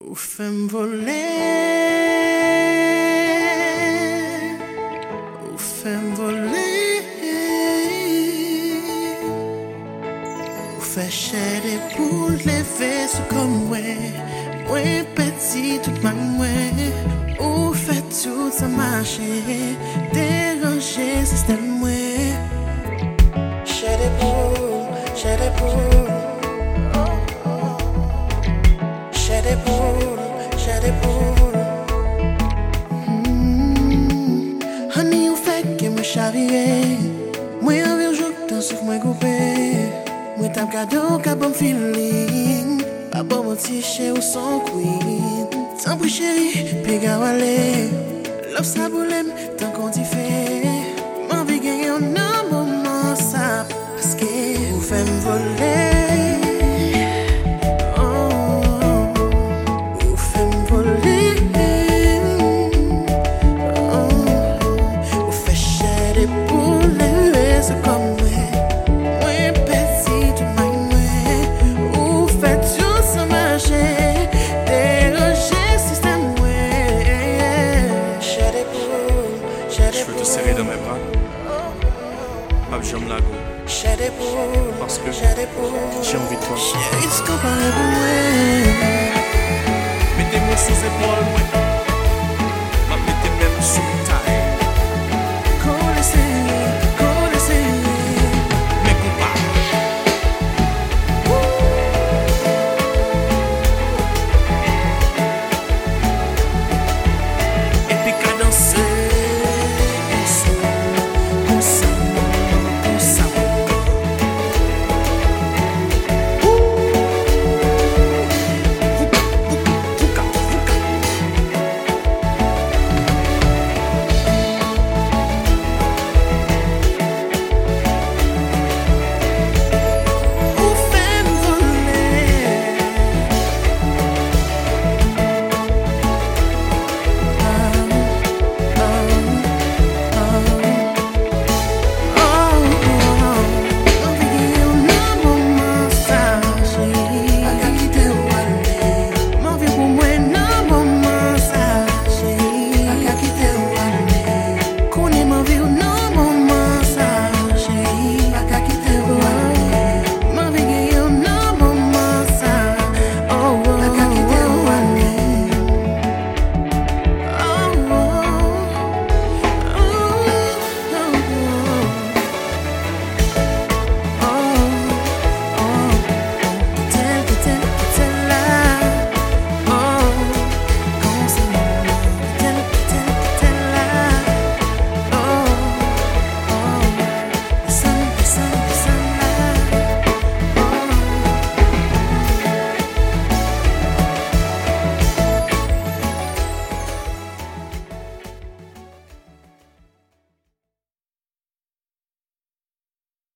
Ou femme voler, ou femme voler, ou fait chérir pour les fesses comme ouais, petit tout ma ou fait tout ça marcher, déranger système ouais, chérir pour, chérir pour. J'ai des poules. Honey, ou fait que me charrier. Moi, un jour, t'en souffre, moi, coupé. Moi, t'as cadeau, qu'à bon feeling. Pas bon, mon t-shirt ou son queen. Sans bruit, chérie, péga walé. Love ça boulem, tant qu'on t'y fait. M'envie gagner un moment, ça. Parce que vous faites me voler. Je veux te serrer dans mes bras, Abjam Lago, parce que j'ai envie de toi. Chérie, tu comprends pour moi.